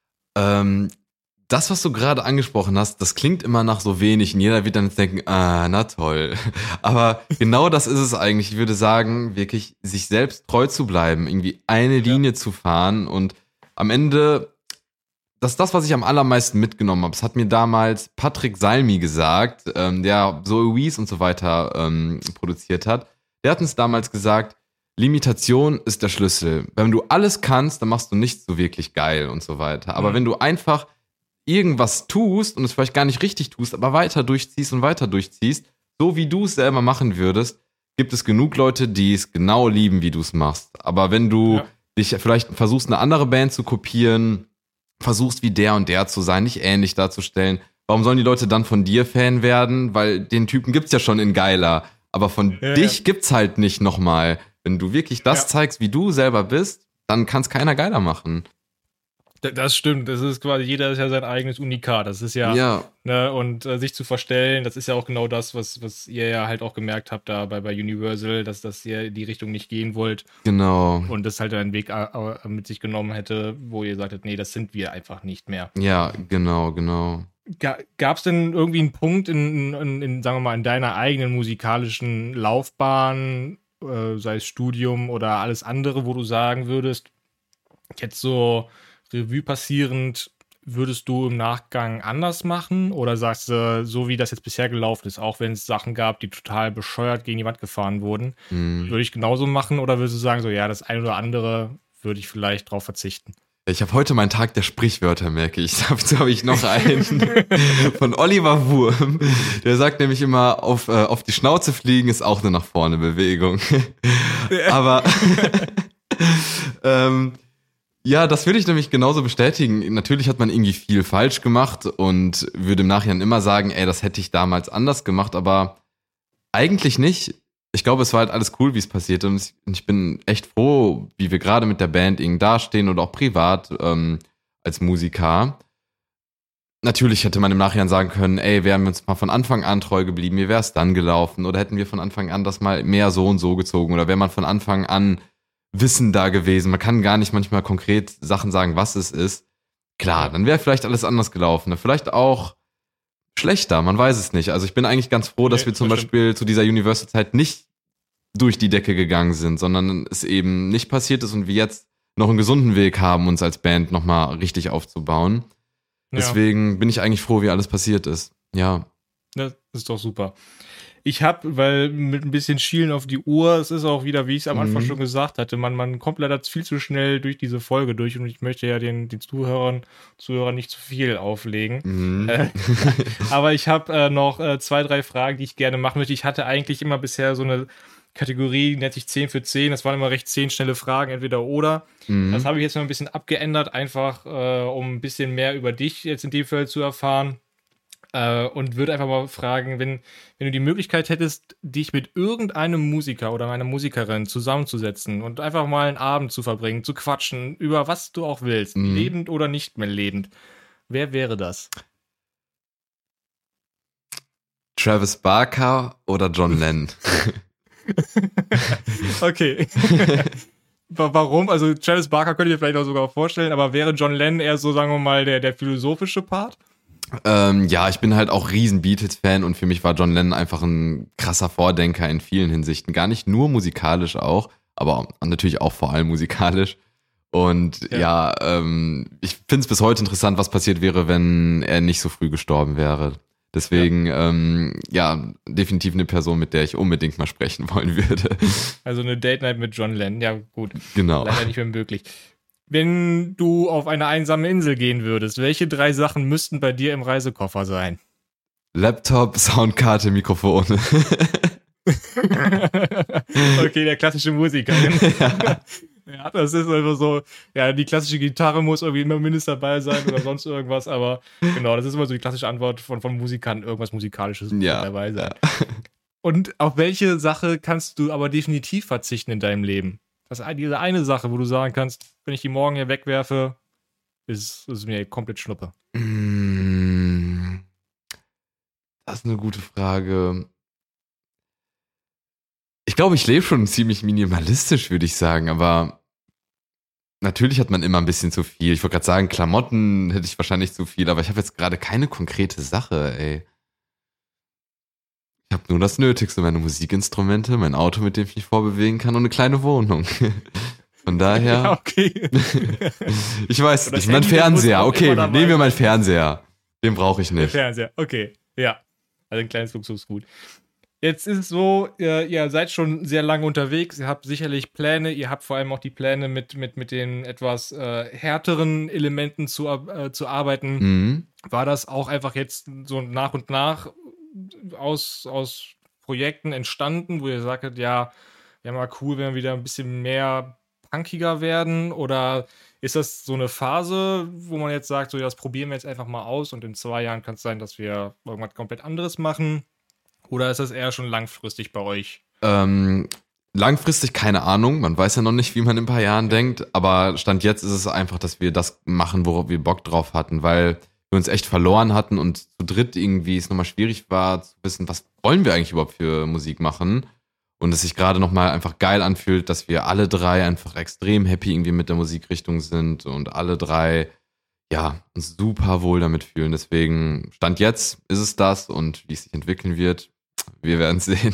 Ähm, das, was du gerade angesprochen hast, das klingt immer nach so wenig und jeder wird dann jetzt denken, ah, na toll. Aber genau das ist es eigentlich. Ich würde sagen, wirklich sich selbst treu zu bleiben, irgendwie eine Linie ja. zu fahren, und am Ende, das ist das, was ich am allermeisten mitgenommen habe. Das hat mir damals Patrick Salmi gesagt, ähm, der so Weez und so weiter ähm, produziert hat. Der hat uns damals gesagt, Limitation ist der Schlüssel. Wenn du alles kannst, dann machst du nichts so wirklich geil und so weiter. Aber mhm. wenn du einfach irgendwas tust und es vielleicht gar nicht richtig tust, aber weiter durchziehst und weiter durchziehst, so wie du es selber machen würdest, gibt es genug Leute, die es genau lieben, wie du es machst. Aber wenn du ja. dich vielleicht versuchst, eine andere Band zu kopieren, versuchst wie der und der zu sein, nicht ähnlich darzustellen, warum sollen die Leute dann von dir Fan werden? Weil den Typen gibt's ja schon in geiler. Aber von ja, dich ja. gibt's halt nicht nochmal. Wenn du wirklich das ja. zeigst, wie du selber bist, dann kann's keiner geiler machen. Das stimmt, das ist quasi, jeder ist ja sein eigenes Unikat, das ist ja, ja. ne, und äh, sich zu verstellen, das ist ja auch genau das, was, was ihr ja halt auch gemerkt habt da bei, bei Universal, dass, dass ihr in die Richtung nicht gehen wollt. Genau. Und das halt einen Weg äh, mit sich genommen hätte, wo ihr sagtet, nee, das sind wir einfach nicht mehr. Ja, genau, genau. Gab es denn irgendwie einen Punkt in, in, in, sagen wir mal, in deiner eigenen musikalischen Laufbahn, äh, sei es Studium oder alles andere, wo du sagen würdest, jetzt so Revue passierend, würdest du im Nachgang anders machen? Oder sagst du, so wie das jetzt bisher gelaufen ist, auch wenn es Sachen gab, die total bescheuert gegen die Wand gefahren wurden, mhm. würde ich genauso machen? Oder würdest du sagen, so ja, das eine oder andere würde ich vielleicht drauf verzichten? Ich habe heute meinen Tag der Sprichwörter, merke ich. Dazu habe ich noch einen von Oliver Wurm. Der sagt nämlich immer, auf, äh, auf die Schnauze fliegen ist auch eine nach vorne Bewegung. Aber ähm, ja, das würde ich nämlich genauso bestätigen. Natürlich hat man irgendwie viel falsch gemacht und würde im Nachhinein immer sagen, ey, das hätte ich damals anders gemacht, aber eigentlich nicht. Ich glaube, es war halt alles cool, wie es passiert, und ich bin echt froh, wie wir gerade mit der Band irgendwie dastehen oder auch privat ähm, als Musiker. Natürlich hätte man im Nachhinein sagen können, ey, wären wir uns mal von Anfang an treu geblieben, wie wäre es dann gelaufen, oder hätten wir von Anfang an das mal mehr so und so gezogen, oder wäre man von Anfang an wissender gewesen. Man kann gar nicht manchmal konkret Sachen sagen, was es ist. Klar, dann wäre vielleicht alles anders gelaufen. Vielleicht auch schlechter, man weiß es nicht. Also ich bin eigentlich ganz froh, dass nee, wir zum Beispiel zu dieser Universal-Zeit nicht durch die Decke gegangen sind, sondern es eben nicht passiert ist und wir jetzt noch einen gesunden Weg haben, uns als Band nochmal richtig aufzubauen. Ja. Deswegen bin ich eigentlich froh, wie alles passiert ist. Ja. Das ist doch super. Ich habe, weil mit ein bisschen Schielen auf die Uhr, es ist auch wieder, wie ich es am mhm. Anfang schon gesagt hatte, man, man kommt leider viel zu schnell durch diese Folge durch, und ich möchte ja den, den Zuhörern, Zuhörern nicht zu viel auflegen. Mhm. Äh, aber ich habe äh, noch äh, zwei, drei Fragen, die ich gerne machen möchte. Ich hatte eigentlich immer bisher so eine Kategorie, nennt sich zehn für zehn, das waren immer recht zehn schnelle Fragen, entweder oder. Mhm. Das habe ich jetzt noch ein bisschen abgeändert, einfach äh, um ein bisschen mehr über dich jetzt in dem Fall zu erfahren. Uh, und würde einfach mal fragen, wenn, wenn du die Möglichkeit hättest, dich mit irgendeinem Musiker oder einer Musikerin zusammenzusetzen und einfach mal einen Abend zu verbringen, zu quatschen, über was du auch willst, mhm. lebend oder nicht mehr lebend, wer wäre das? Travis Barker oder John Lennon? Okay. Warum? Also Travis Barker könnte ich mir vielleicht auch sogar vorstellen, aber wäre John Lennon eher so, sagen wir mal, der, der philosophische Part? Ähm, ja, ich bin halt auch riesen Beatles-Fan, und für mich war John Lennon einfach ein krasser Vordenker in vielen Hinsichten. Gar nicht nur musikalisch auch, aber natürlich auch vor allem musikalisch. Und ja, ja ähm, ich finde es bis heute interessant, was passiert wäre, wenn er nicht so früh gestorben wäre. Deswegen, ja. Ähm, ja, definitiv eine Person, mit der ich unbedingt mal sprechen wollen würde. Also eine Date-Night mit John Lennon, ja gut. Genau. Leider nicht mehr möglich. Wenn du auf eine einsame Insel gehen würdest, welche drei Sachen müssten bei dir im Reisekoffer sein? Laptop, Soundkarte, Mikrofon. Okay, der klassische Musiker. Ja. Ja, das ist einfach so, ja, die klassische Gitarre muss irgendwie immer mindestens dabei sein oder sonst irgendwas, aber genau, das ist immer so die klassische Antwort von, von Musikern, irgendwas Musikalisches muss Ja, dabei sein. ja. Und auf welche Sache kannst du aber definitiv verzichten in deinem Leben? Das ist diese eine Sache, wo du sagen kannst, wenn ich die morgen hier wegwerfe, ist es mir komplett Schnuppe. Mm, Das ist eine gute Frage. Ich glaube, ich lebe schon ziemlich minimalistisch, würde ich sagen, aber natürlich hat man immer ein bisschen zu viel. Ich wollte gerade sagen, Klamotten hätte ich wahrscheinlich zu viel, aber ich habe jetzt gerade keine konkrete Sache, ey. Ich habe nur das Nötigste, meine Musikinstrumente, mein Auto, mit dem ich mich vorbewegen kann und eine kleine Wohnung. Von daher. Ja, okay. Ich weiß Und das nicht, mein Handy, das Fernseher, muss auch okay, immer dabei nehmen wir meinen sein. Fernseher. Den brauche ich Der nicht. Fernseher, okay. Ja, also ein kleines Luxusgut. Jetzt ist es so, ihr, ihr seid schon sehr lange unterwegs, ihr habt sicherlich Pläne, ihr habt vor allem auch die Pläne, mit, mit, mit den etwas äh, härteren Elementen zu, äh, zu arbeiten. Mhm. War das auch einfach jetzt so nach und nach aus, aus Projekten entstanden, wo ihr sagtet, ja, wäre mal cool, wenn wir wieder ein bisschen mehr punkiger werden? Oder ist das so eine Phase, wo man jetzt sagt, so, ja, das probieren wir jetzt einfach mal aus und in zwei Jahren kann es sein, dass wir irgendwas komplett anderes machen? Oder ist das eher schon langfristig bei euch? Ähm, langfristig keine Ahnung. Man weiß ja noch nicht, wie man in ein paar Jahren denkt. Aber Stand jetzt ist es einfach, dass wir das machen, worauf wir Bock drauf hatten. Weil wir uns echt verloren hatten und zu dritt irgendwie es nochmal schwierig war zu wissen, was wollen wir eigentlich überhaupt für Musik machen. Und es sich gerade nochmal einfach geil anfühlt, dass wir alle drei einfach extrem happy irgendwie mit der Musikrichtung sind und alle drei, ja, uns super wohl damit fühlen. Deswegen, Stand jetzt ist es das und wie es sich entwickeln wird, wir werden sehen.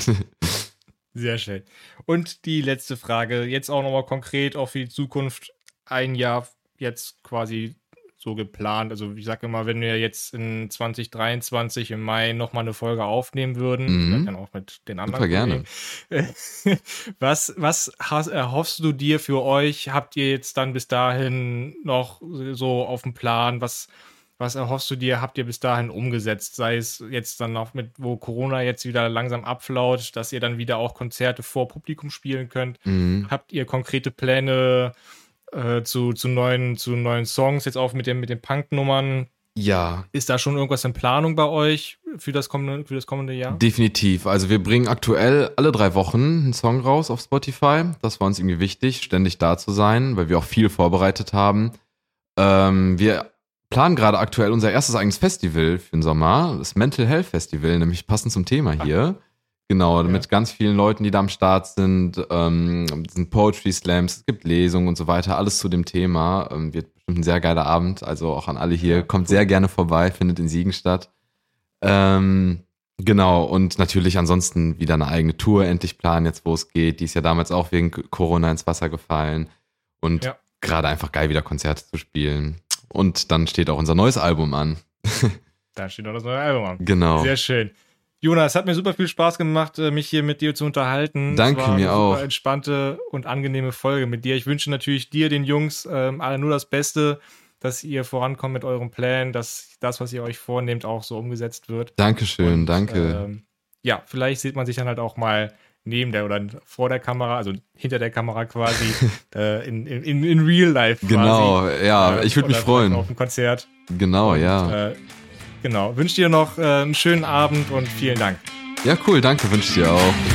Sehr schön. Und die letzte Frage, jetzt auch nochmal konkret auch für die Zukunft. Ein Jahr jetzt quasi so geplant. Also ich sage immer, wenn wir jetzt in zwanzig dreiundzwanzig im Mai nochmal eine Folge aufnehmen würden, Mhm. vielleicht dann auch mit den anderen Super gerne. Kollegen. Was, was hast, erhoffst du dir für euch? Habt ihr jetzt dann bis dahin noch so auf dem Plan? Was, was erhoffst du dir? Habt ihr bis dahin umgesetzt? Sei es jetzt dann noch mit, wo Corona jetzt wieder langsam abflaut, dass ihr dann wieder auch Konzerte vor Publikum spielen könnt? Mhm. Habt ihr konkrete Pläne äh, zu, zu, neuen, zu neuen Songs, jetzt auch mit, dem, mit den Punk-Nummern? Ja, Ist da schon irgendwas in Planung bei euch für das kommende, für das kommende Jahr? definitiv. Also wir bringen aktuell alle drei Wochen einen Song raus auf Spotify. Das war uns irgendwie wichtig, ständig da zu sein, weil wir auch viel vorbereitet haben. Ähm, wir planen gerade aktuell unser erstes eigenes Festival für den Sommer, das Mental Health Festival, nämlich passend zum Thema hier. Genau, Ja. mit ganz vielen Leuten, die da am Start sind. Ähm, es sind Poetry Slams, es gibt Lesungen und so weiter, alles zu dem Thema. Ähm, wird bestimmt ein sehr geiler Abend, also auch an alle hier. Ja, Kommt cool. sehr gerne vorbei, findet in Siegen statt. Ähm, genau, und natürlich ansonsten wieder eine eigene Tour endlich planen, jetzt wo es geht. Die ist ja damals auch wegen Corona ins Wasser gefallen. Und Ja. gerade einfach geil, wieder Konzerte zu spielen. Und dann steht auch unser neues Album an. Da steht noch das neue Album an. Genau. Sehr schön. Jonas, es hat mir super viel Spaß gemacht, äh, mich hier mit dir zu unterhalten. Danke, es war mir eine auch. super entspannte und angenehme Folge mit dir. Ich wünsche natürlich dir, den Jungs, ähm, alle nur das Beste, dass ihr vorankommt mit eurem Plan, dass das, was ihr euch vornehmt, auch so umgesetzt wird. Dankeschön, Und, danke. Ähm, ja, vielleicht sieht man sich dann halt auch mal neben der oder vor der Kamera, also hinter der Kamera quasi, äh, in, in, in real life quasi. Genau, ja, Äh, ich würde mich oder vielleicht freuen. Auf dem Konzert. Genau, ja. Äh, genau. Wünsche dir noch äh, einen schönen Abend und vielen Dank. Ja, cool, danke, wünsche ich dir auch.